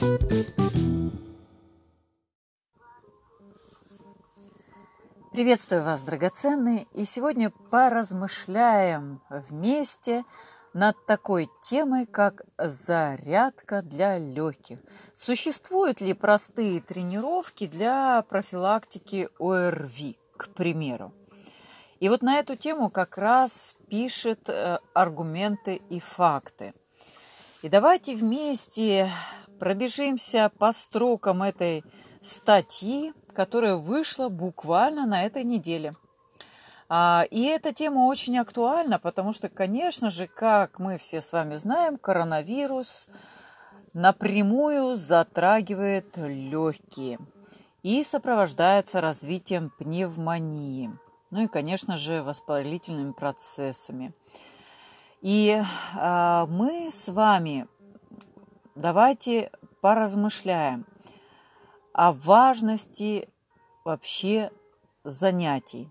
Приветствую вас, драгоценные, и сегодня поразмышляем вместе над такой темой, как зарядка для легких. Существуют ли простые тренировки для профилактики ОРВИ, к примеру? И вот на эту тему как раз пишет аргументы и факты. И давайте вместе пробежимся по строкам этой статьи, которая вышла буквально на этой неделе. И эта тема очень актуальна, потому что, конечно же, как мы все с вами знаем, коронавирус напрямую затрагивает легкие и сопровождается развитием пневмонии, ну и, конечно же, воспалительными процессами. И мы с вами давайте поразмышляем о важности вообще занятий.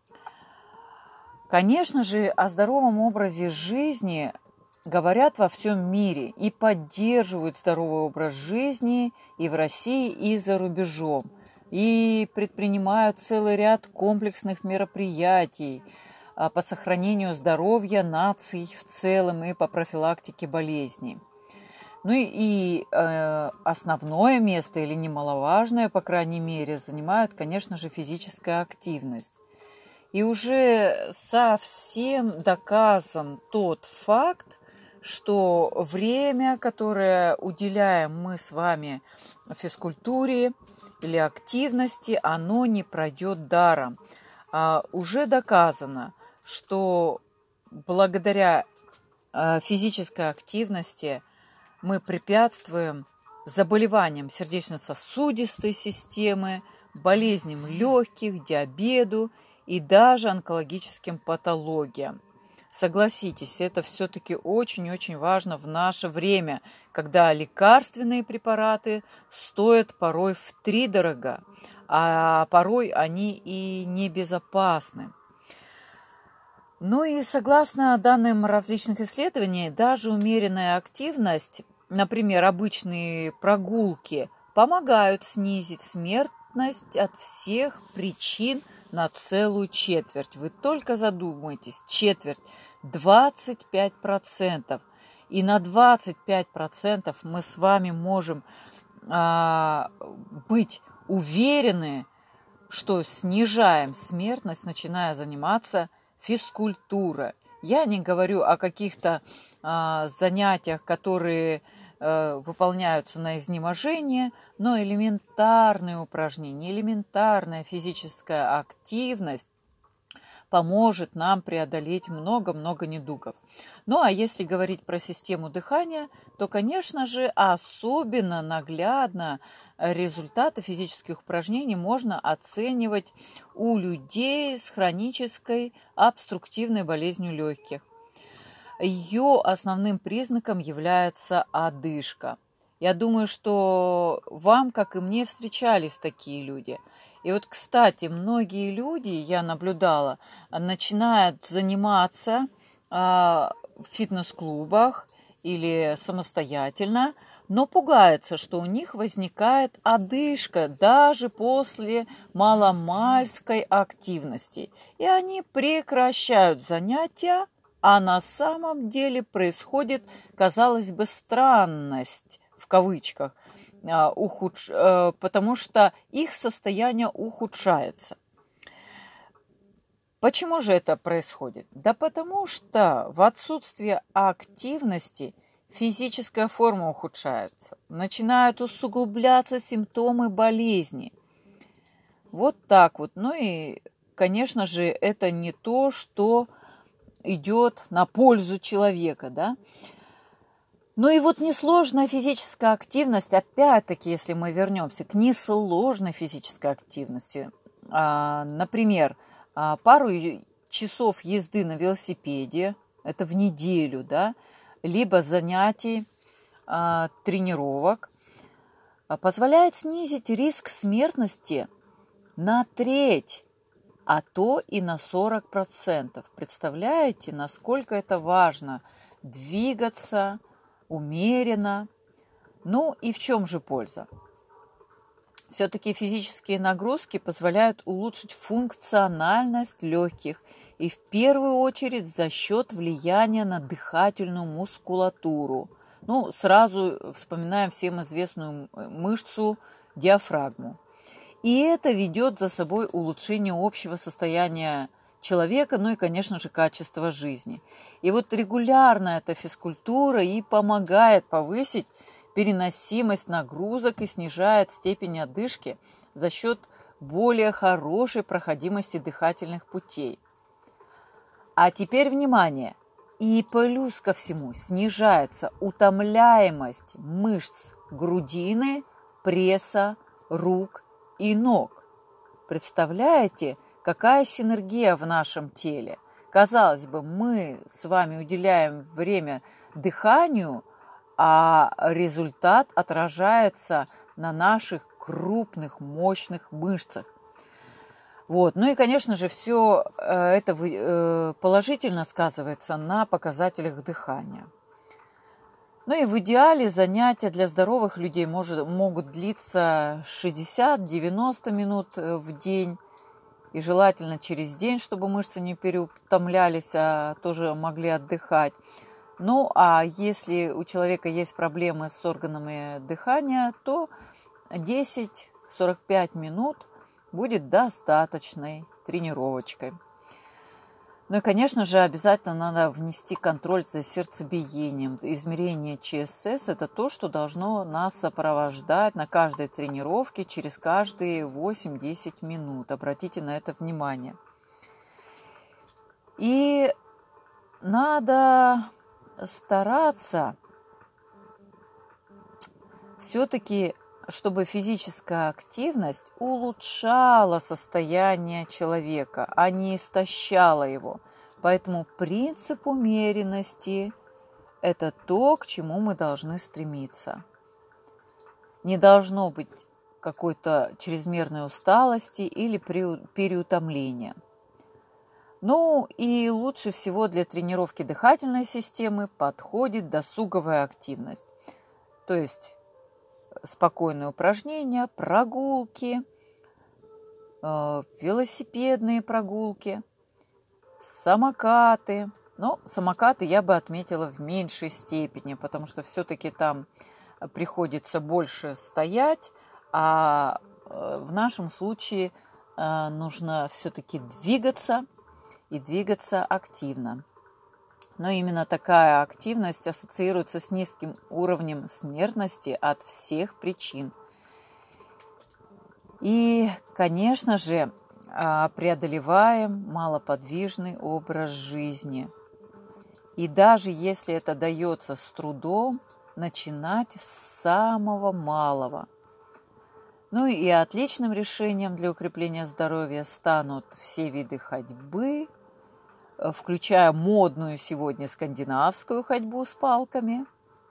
Конечно же, о здоровом образе жизни говорят во всем мире и поддерживают здоровый образ жизни и в России, и за рубежом, и предпринимают целый ряд комплексных мероприятий по сохранению здоровья наций в целом и по профилактике болезней. Ну и основное место, или немаловажное, по крайней мере, занимает, конечно же, физическая активность. И уже совсем доказан тот факт, что время, которое уделяем мы с вами физкультуре или активности, оно не пройдет даром. Уже доказано, что благодаря физической активности мы препятствуем заболеваниям сердечно-сосудистой системы, болезням легких, диабету и даже онкологическим патологиям. Согласитесь, это все-таки очень-очень важно в наше время, когда лекарственные препараты стоят порой втридорога, а порой они и небезопасны. Ну и согласно данным различных исследований, даже умеренная активность, например, обычные прогулки, помогают снизить смертность от всех причин на целую четверть. Вы только задумайтесь, четверть, 25%. И на 25% мы с вами можем быть уверены, что снижаем смертность, начиная заниматься физкультурой. Я не говорю о каких-то занятиях, которые выполняются на изнеможение, но элементарные упражнения, элементарная физическая активность поможет нам преодолеть много-много недугов. Ну, а если говорить про систему дыхания, то, конечно же, особенно наглядно результаты физических упражнений можно оценивать у людей с хронической обструктивной болезнью легких. Ее основным признаком является одышка. Я думаю, что вам, как и мне, встречались такие люди. И вот, кстати, многие люди, я наблюдала, начинают заниматься в фитнес-клубах или самостоятельно, но пугаются, что у них возникает одышка даже после маломальской активности. И они прекращают занятия, а на самом деле происходит, казалось бы, странность, в кавычках, потому что их состояние ухудшается. Почему же это происходит? Да потому что в отсутствие активности физическая форма ухудшается, начинают усугубляться симптомы болезни. Вот так вот. Ну и, конечно же, это не то, что идет на пользу человека, да. Ну и вот несложная физическая активность, опять-таки, если мы вернемся к несложной физической активности, например, пару часов езды на велосипеде, это в неделю, да, либо занятий, тренировок, позволяет снизить риск смертности на треть, а то и на 40%. Представляете, насколько это важно двигаться умеренно, Ну и в чем же польза? Все-таки физические нагрузки позволяют улучшить функциональность легких и в первую очередь за счет влияния на дыхательную мускулатуру. Ну, сразу вспоминаем всем известную мышцу диафрагму. И это ведет за собой улучшение общего состояния человека, ну и, конечно же, качества жизни. И вот регулярная эта физкультура и помогает повысить переносимость нагрузок и снижает степень одышки за счет более хорошей проходимости дыхательных путей. А теперь внимание! И плюс ко всему снижается утомляемость мышц грудины, пресса, рук и ног. Представляете, какая синергия в нашем теле? Казалось бы, мы с вами уделяем время дыханию, а результат отражается на наших крупных, мощных мышцах. Вот. Ну и, конечно же, все это положительно сказывается на показателях дыхания. Ну и в идеале занятия для здоровых людей могут длиться 60-90 минут в день. И желательно через день, чтобы мышцы не переутомлялись, а тоже могли отдыхать. Ну, а если у человека есть проблемы с органами дыхания, то 10-45 минут будет достаточной тренировочкой. Ну и, конечно же, обязательно надо внести контроль за сердцебиением. Измерение ЧСС – это то, что должно нас сопровождать на каждой тренировке через каждые 8-10 минут. Обратите на это внимание. И надо стараться все-таки, чтобы физическая активность улучшала состояние человека, а не истощала его. Поэтому принцип умеренности – это то, к чему мы должны стремиться. Не должно быть какой-то чрезмерной усталости или переутомления. Ну и лучше всего для тренировки дыхательной системы подходит досуговая активность. То есть спокойные упражнения, прогулки, велосипедные прогулки, самокаты. Но самокаты я бы отметила в меньшей степени, потому что все-таки там приходится больше стоять, а в нашем случае нужно все-таки двигаться и двигаться активно. Но именно такая активность ассоциируется с низким уровнем смертности от всех причин. И, конечно же, преодолеваем малоподвижный образ жизни. И даже если это дается с трудом, начинать с самого малого. Ну и отличным решением для укрепления здоровья станут все виды ходьбы, включая модную сегодня скандинавскую ходьбу с палками.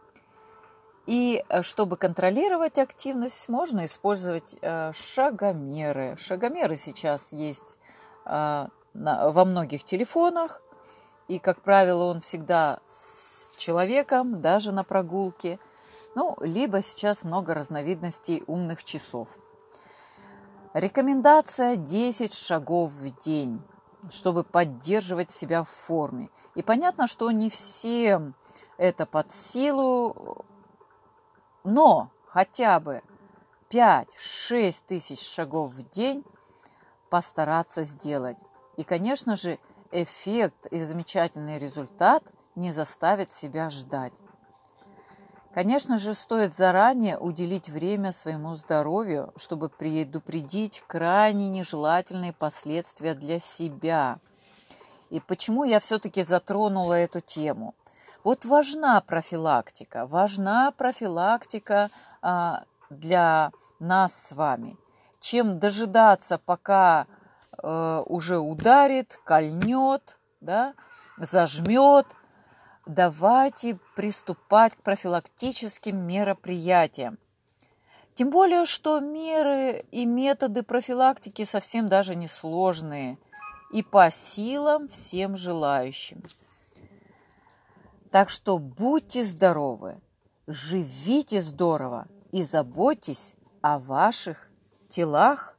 И чтобы контролировать активность, можно использовать шагомеры. Шагомеры сейчас есть во многих телефонах. И, как правило, он всегда с человеком, даже на прогулке. Ну, либо сейчас много разновидностей умных часов. Рекомендация 10 шагов в день, чтобы поддерживать себя в форме. И понятно, что не всем это под силу, но хотя бы 5-6 тысяч шагов в день постараться сделать. И, конечно же, эффект и замечательный результат не заставит себя ждать. Конечно же, стоит заранее уделить время своему здоровью, чтобы предупредить крайне нежелательные последствия для себя. И почему я все-таки затронула эту тему? Вот важна профилактика для нас с вами. Чем дожидаться, пока уже ударит, кольнет, да, зажмет, давайте приступать к профилактическим мероприятиям. Тем более, что меры и методы профилактики совсем даже не сложные и по силам всем желающим. Так что будьте здоровы, живите здорово и заботьтесь о ваших телах.